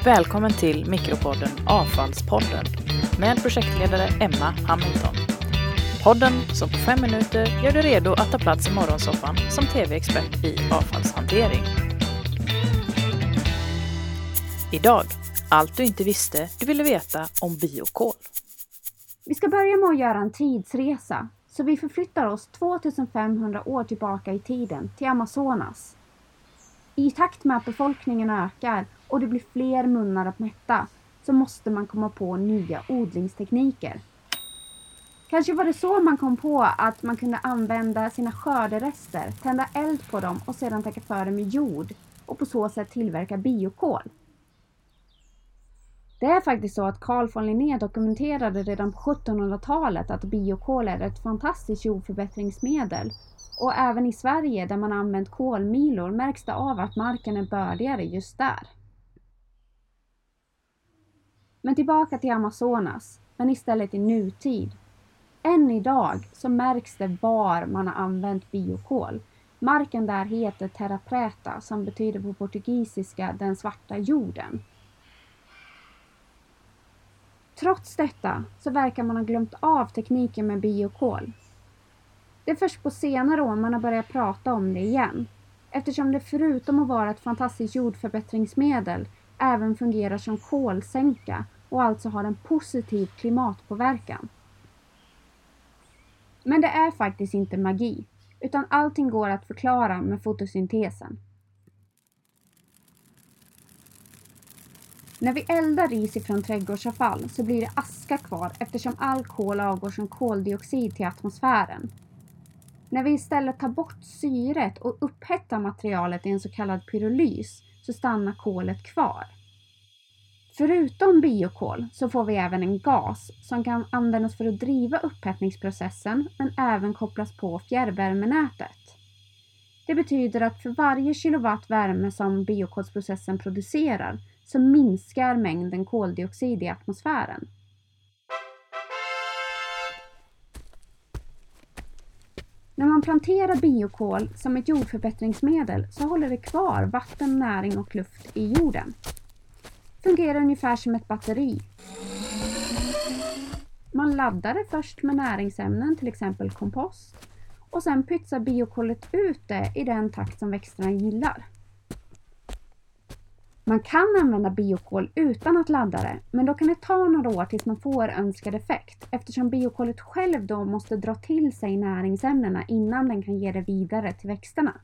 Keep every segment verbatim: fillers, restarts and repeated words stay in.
Välkommen till mikropodden Avfallspodden med projektledare Emma Hamilton. Podden som på fem minuter gör dig redo att ta plats i morgonsoffan som tv-expert i avfallshantering. Idag, allt du inte visste du ville veta om biokol. Vi ska börja med att göra en tidsresa, så vi förflyttar oss tvåtusenfemhundra år tillbaka i tiden till Amazonas. I takt med att befolkningen ökar och det blir fler munnar att mätta så måste man komma på nya odlingstekniker. Kanske var det så man kom på att man kunde använda sina skörderester, tända eld på dem och sedan täcka för dem med jord och på så sätt tillverka biokol. Det är faktiskt så att Carl von Linné dokumenterade redan på sjuttonhundratalet att biokol är ett fantastiskt jordförbättringsmedel. Och även i Sverige där man använt kolmilor märks det av att marken är bördigare just där. Men tillbaka till Amazonas, men istället i nutid. Än idag så märks det var man har använt biokol. Marken där heter terra preta som betyder på portugisiska den svarta jorden. Trots detta så verkar man ha glömt av tekniken med biokol. Det är först på senare år man har börjat prata om det igen. Eftersom det förutom att vara ett fantastiskt jordförbättringsmedel även fungerar som kolsänka och alltså har en positiv klimatpåverkan. Men det är faktiskt inte magi, utan allting går att förklara med fotosyntesen. När vi eldar ris ifrån trädgårdsavfall så blir det aska kvar eftersom all kol avgår som koldioxid till atmosfären. När vi istället tar bort syret och upphettar materialet i en så kallad pyrolys så stannar kolet kvar. Förutom biokol så får vi även en gas som kan användas för att driva upphettningsprocessen men även kopplas på fjärrvärmenätet. Det betyder att för varje kilowatt värme som biokolsprocessen producerar så minskar mängden koldioxid i atmosfären. När man planterar biokol som ett jordförbättringsmedel så håller det kvar vatten, näring och luft i jorden. Fungerar ungefär som ett batteri. Man laddar det först med näringsämnen, till exempel kompost, och sen pytsar biokolet ut det i den takt som växterna gillar. Man kan använda biokol utan att ladda det, men då kan det ta några år tills man får önskad effekt eftersom biokolet själv då måste dra till sig näringsämnena innan den kan ge det vidare till växterna.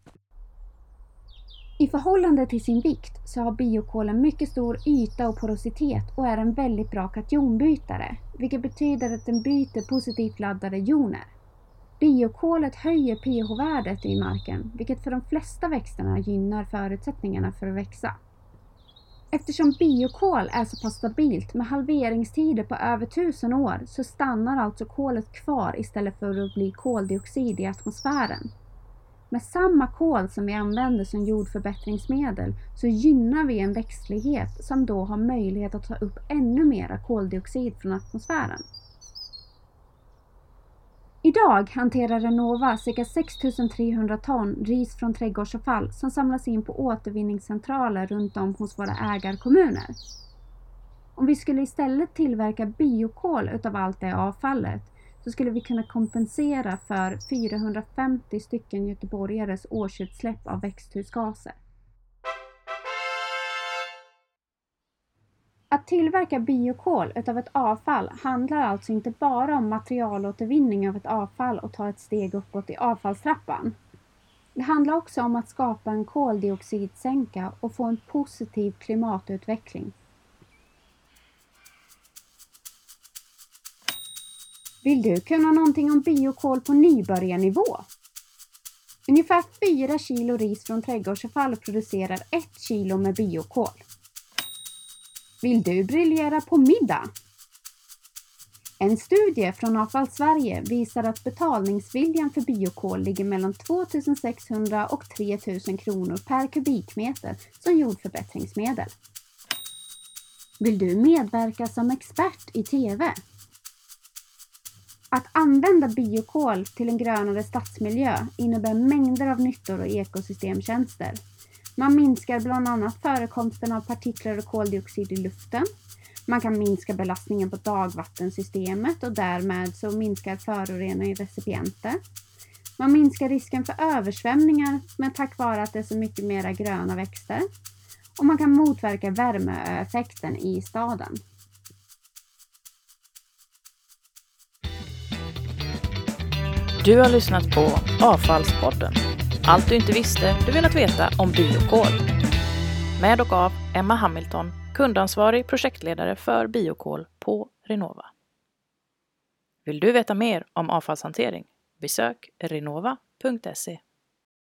I förhållande till sin vikt så har biokol en mycket stor yta och porositet och är en väldigt bra kationbytare, vilket betyder att den byter positivt laddade joner. Biokolet höjer pH-värdet i marken, vilket för de flesta växterna gynnar förutsättningarna för att växa. Eftersom biokol är så pass stabilt med halveringstider på över tusen år så stannar alltså kolet kvar istället för att bli koldioxid i atmosfären. Med samma kol som vi använder som jordförbättringsmedel så gynnar vi en växtlighet som då har möjlighet att ta upp ännu mera koldioxid från atmosfären. Idag hanterar Renova cirka sex tusen trehundra ton ris från trädgårdsavfall som samlas in på återvinningscentraler runt om hos våra ägarkommuner. Om vi skulle istället tillverka biokol utav allt det avfallet så skulle vi kunna kompensera för fyrahundrafemtio stycken göteborgares årsutsläpp av växthusgaser. Att tillverka biokol utav ett avfall handlar alltså inte bara om materialåtervinning av ett avfall och ta ett steg uppåt i avfallstrappan. Det handlar också om att skapa en koldioxidsänka och få en positiv klimatutveckling. Vill du kunna någonting om biokol på nybörjarnivå? Ungefär fyra kilo ris från trädgårdsavfall producerar ett kilo med biokol. Vill du briljera på middag? En studie från Avfall Sverige visar att betalningsviljan för biokol ligger mellan tvåtusensexhundra och tre tusen kronor per kubikmeter som jordförbättringsmedel. Vill du medverka som expert i tv? Att använda biokol till en grönare stadsmiljö innebär mängder av nyttor och ekosystemtjänster. Man minskar bland annat förekomsten av partiklar och koldioxid i luften. Man kan minska belastningen på dagvattensystemet och därmed så minskar föroreningar i recipienter. Man minskar risken för översvämningar med tack vare att det är så mycket mera gröna växter. Och man kan motverka värmeeffekten i staden. Du har lyssnat på Avfallspodden. Allt du inte visste du velat veta om biokol. Med och av Emma Hamilton, kundansvarig projektledare för biokol på Renova. Vill du veta mer om avfallshantering? Besök renova punkt se.